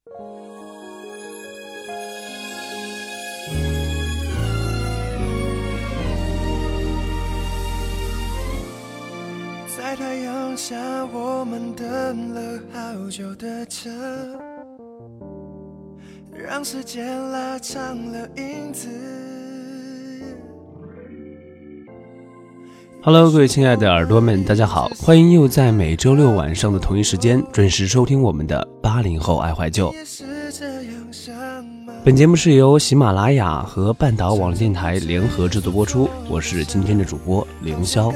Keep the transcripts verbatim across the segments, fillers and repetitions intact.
在太阳下，我们等了好久的车，让时间拉长了影子。 Hello， 各位亲爱的耳朵们，大家好，欢迎又在每周六晚上的同一时间准时收听我们的八零后爱怀旧。本节目是由喜马拉雅和半岛网络电台联合制作播出，我是今天的主播凌霄。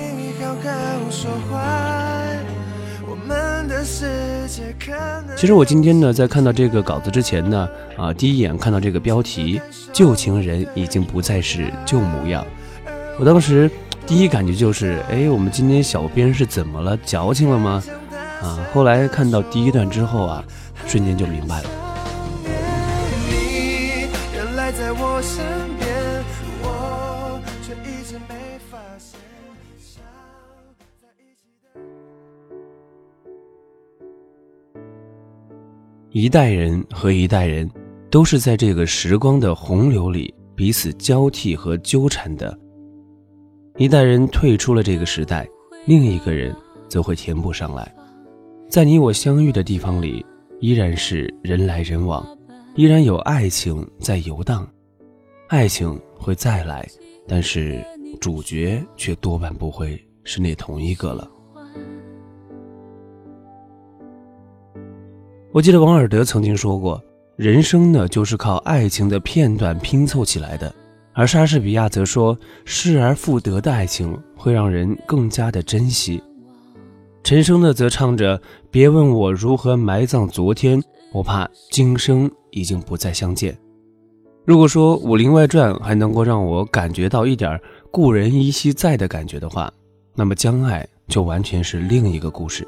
其实我今天呢，在看到这个稿子之前呢，啊，第一眼看到这个标题“旧情人已经不再是旧模样”，我当时第一感觉就是，哎，我们今天小编是怎么了？矫情了吗？啊，后来看到第一段之后啊，瞬间就明白了。 你原来在我身边，我却一直没发现。 一代人和一代人都是在这个时光的洪流里彼此交替和纠缠的。一代人退出了这个时代，另一个人则会填补上来。在你我相遇的地方里，依然是人来人往，依然有爱情在游荡。爱情会再来，但是主角却多半不会是那同一个了。我记得王尔德曾经说过，人生呢就是靠爱情的片段拼凑起来的，而莎士比亚则说，失而复得的爱情会让人更加的珍惜。陈升呢则唱着，别问我如何埋葬昨天，我怕今生已经不再相见。如果说武林外传还能够让我感觉到一点故人依稀在的感觉的话，那么江爱就完全是另一个故事。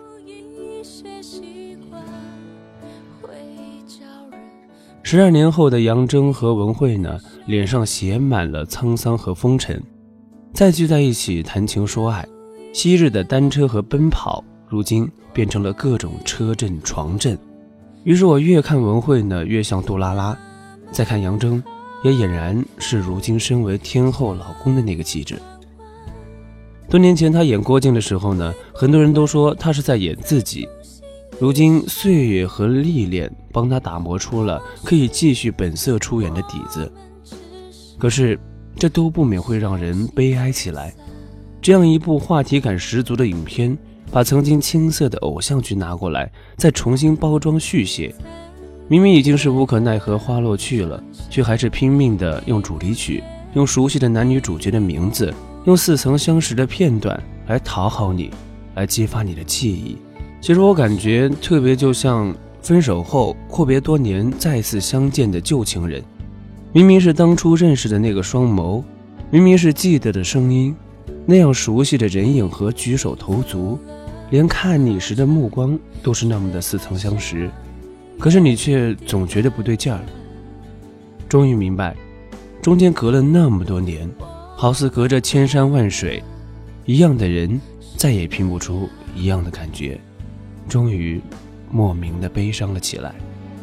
十二年后的杨铮和文慧呢，脸上写满了沧桑和风尘，再聚在一起谈情说爱。昔日的单车和奔跑，如今变成了各种车震床震。于是我越看文慧呢，越像杜拉拉；再看杨铮，也俨然是如今身为天后老公的那个气质。多年前他演郭靖的时候呢，很多人都说他是在演自己。如今岁月和历练帮他打磨出了可以继续本色出演的底子，可是这都不免会让人悲哀起来。这样一部话题感十足的影片，把曾经青涩的偶像剧拿过来再重新包装续写，明明已经是无可奈何花落去了，却还是拼命的用主题曲，用熟悉的男女主角的名字，用似曾相识的片段来讨好你，来激发你的记忆。其实我感觉特别就像分手后阔别多年再次相见的旧情人，明明是当初认识的那个双眸，明明是记得的声音，那样熟悉的人影和举手投足，连看你时的目光都是那么的似曾相识，可是你却总觉得不对劲儿。终于明白，中间隔了那么多年，好似隔着千山万水，一样的人再也拼不出一样的感觉，终于莫名的悲伤了起来。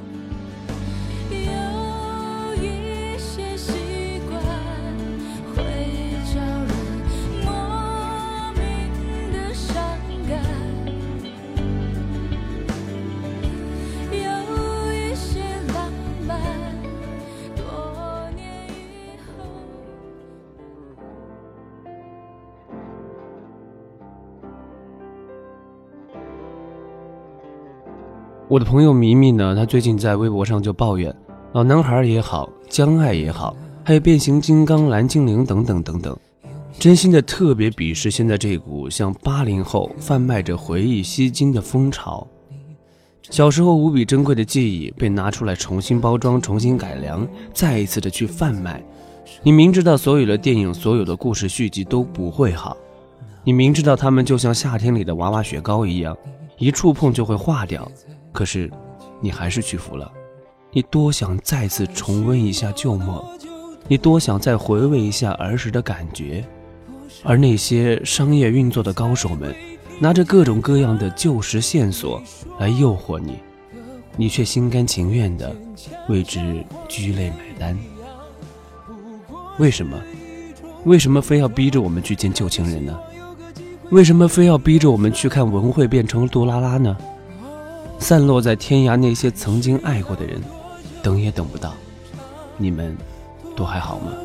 我的朋友迷迷呢，他最近在微博上就抱怨，老男孩也好，江爱也好，还有变形金刚、蓝精灵等等等等，真心的特别鄙视现在这股向八零后贩卖着回忆吸金的风潮。小时候无比珍贵的记忆被拿出来重新包装、重新改良，再一次的去贩卖。你明知道所有的电影、所有的故事续集都不会好，你明知道他们就像夏天里的娃娃雪糕一样，一触碰就会化掉，可是你还是屈服了。你多想再次重温一下旧梦，你多想再回味一下儿时的感觉，而那些商业运作的高手们拿着各种各样的旧时线索来诱惑你， 你却心甘情愿地为之居泪买单。为什么？为什么非要逼着我们去见旧情人呢？为什么非要逼着我们去看文慧变成杜拉拉呢？散落在天涯那些曾经爱过的人，等也等不到，你们都还好吗？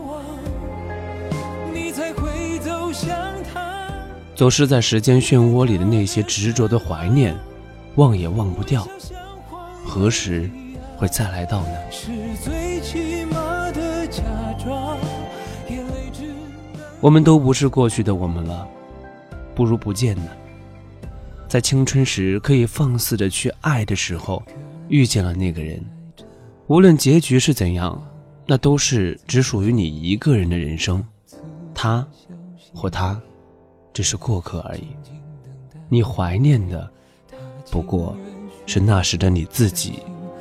走失在时间漩涡里的那些执着的怀念，忘也忘不掉，何时会再来到呢？我们都不是过去的我们了，不如不见呢。在青春时可以放肆着去爱的时候，遇见了那个人，无论结局是怎样，那都是只属于你一个人的人生，他或他只是过客而已。你怀念的不过是那时的你自己。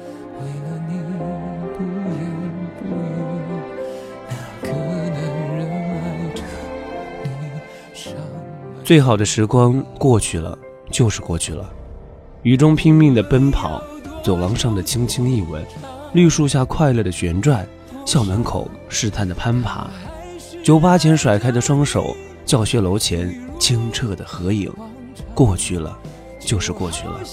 最好的时光过去了就是过去了，雨中拼命的奔跑，走廊上的轻轻一吻，绿树下快乐的旋转，校门口试探的攀爬，酒吧前甩开的双手，教学楼前清澈的合影，过去了就是过去了。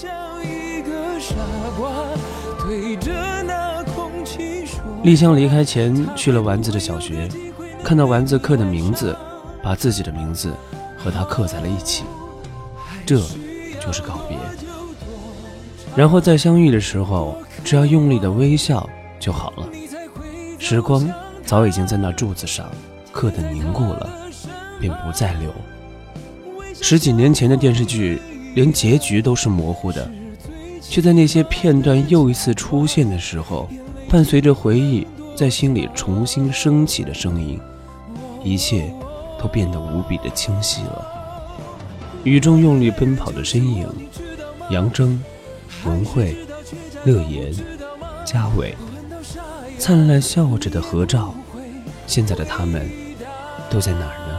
丽香离开前去了丸子的小学，看到丸子刻的名字，把自己的名字和他刻在了一起，这就是告别。然后在相遇的时候，只要用力的微笑就好了。时光早已经在那柱子上刻得凝固了，便不再留。十几年前的电视剧，连结局都是模糊的，却在那些片段又一次出现的时候，伴随着回忆在心里重新升起的声音，一切都变得无比的清晰了。雨中用力奔跑的身影，杨铮、文慧、乐言、嘉伟，灿烂笑着的合照，现在的他们都在哪儿呢？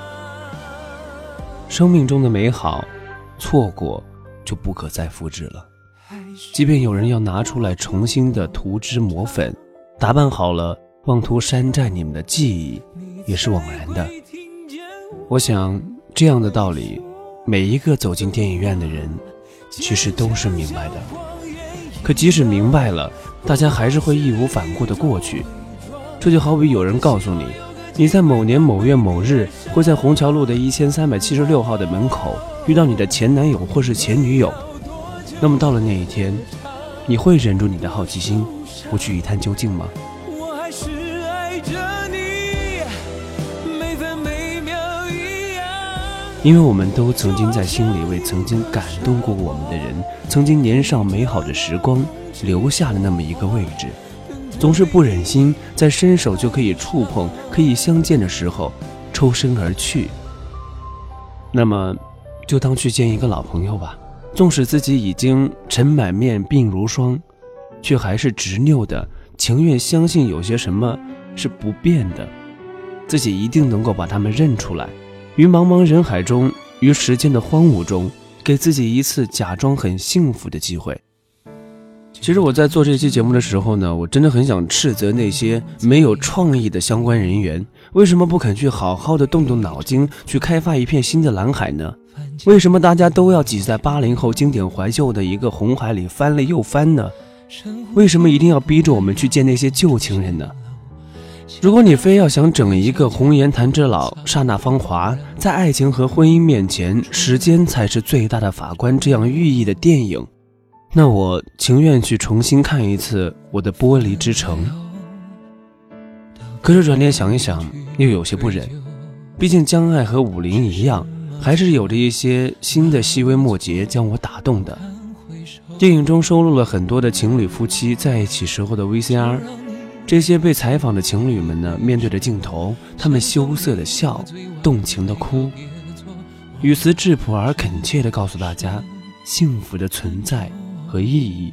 生命中的美好，错过就不可再复制了。即便有人要拿出来重新的涂脂抹粉，打扮好了，妄图山寨你们的记忆，也是枉然的。我想这样的道理，每一个走进电影院的人其实都是明白的。可即使明白了，大家还是会义无反顾地过去。这就好比有人告诉你，你在某年某月某日会在虹桥路的一千三百七十六号的门口遇到你的前男友或是前女友，那么到了那一天，你会忍住你的好奇心，不去一探究竟吗？ 我还是爱着你，每分每秒一样。 因为我们都曾经在心里为曾经感动过我们的人，曾经年少美好的时光留下了那么一个位置，总是不忍心在伸手就可以触碰可以相见的时候抽身而去。那么就当去见一个老朋友吧，纵使自己已经尘满面鬓如霜，却还是执拗的情愿相信有些什么是不变的，自己一定能够把他们认出来。于茫茫人海中，于时间的荒芜中，给自己一次假装很幸福的机会。其实我在做这期节目的时候呢，我真的很想斥责那些没有创意的相关人员，为什么不肯去好好的动动脑筋，去开发一片新的蓝海呢？为什么大家都要挤在八零后经典怀旧的一个红海里翻了又翻呢？为什么一定要逼着我们去见那些旧情人呢？如果你非要想整一个红颜弹指老，刹那芳华，在爱情和婚姻面前，时间才是最大的法官这样寓意的电影，那我情愿去重新看一次我的玻璃之城。可是转念想一想，又有些不忍，毕竟江爱和武林一样，还是有着一些新的细微末节将我打动的。电影中收录了很多的情侣夫妻在一起时候的 V C R， 这些被采访的情侣们呢，面对着镜头，他们羞涩的笑，动情的哭，语词质朴而恳切地告诉大家幸福的存在和意义。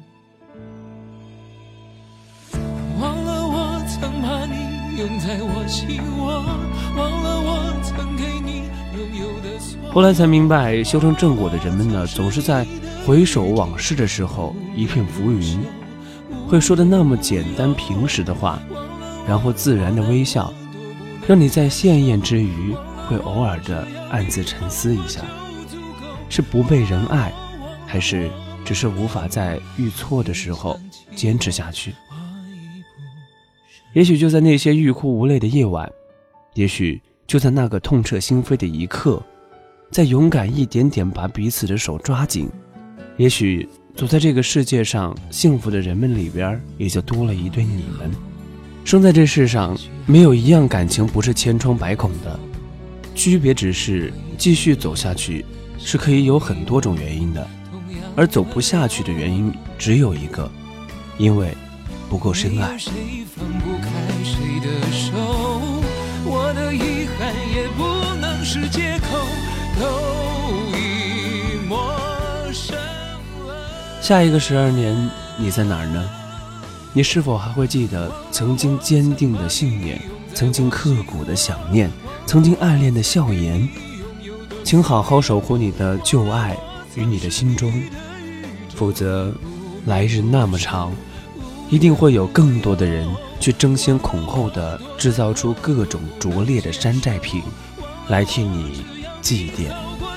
忘了我曾把你拥在我心窝，忘了我曾给你拥有的所有。 后来才明白，修成正果的人们呢，总是在回首往事的时候一片浮云，会说的那么简单平实的话，然后自然的微笑，让你在羡艳之余会偶尔的暗自沉思一下，是不被人爱，还是只是无法在遇错的时候坚持下去？也许就在那些欲哭无泪的夜晚，也许就在那个痛彻心扉的一刻，再勇敢一点点把彼此的手抓紧，也许走在这个世界上幸福的人们里边，也就多了一对你们。生在这世上，没有一样感情不是千疮百孔的，区别只是继续走下去是可以有很多种原因的，而走不下去的原因只有一个，因为不够深爱。 谁放不开谁的手，我的遗憾也不能是借口，都已陌生了。 下一个十二年你在哪儿呢？你是否还会记得曾经坚定的信念，曾经刻骨的想念，曾经暗恋的笑颜？请好好守护你的旧爱于你的心中，否则来日那么长，一定会有更多的人去争先恐后地制造出各种拙劣的山寨品来替你祭奠。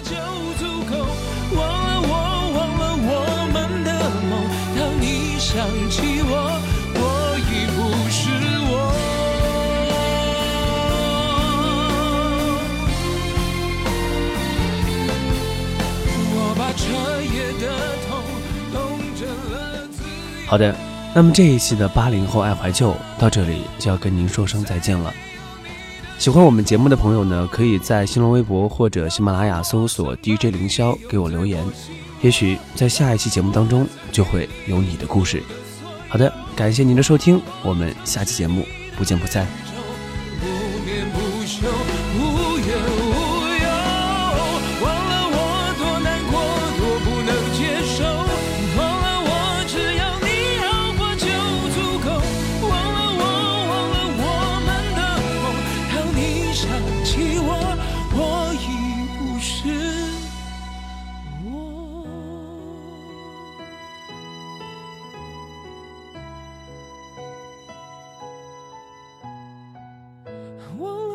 想起我，我已不是我。我把彻夜的痛痛成了自由。 好的，那么这一期的八零后爱怀旧到这里就要跟您说声再见了。喜欢我们节目的朋友呢，可以在新浪微博或者喜马拉雅搜索 D J 凌霄给我留言，也许在下一期节目当中就会有你的故事。好的，感谢您的收听，我们下期节目不见不散。 不眠不休，无忧无忧，忘了我多难过，多不能接受，忘了我只要你好过就足够，忘了我，忘了我们的梦，当你想起我，我已不是我。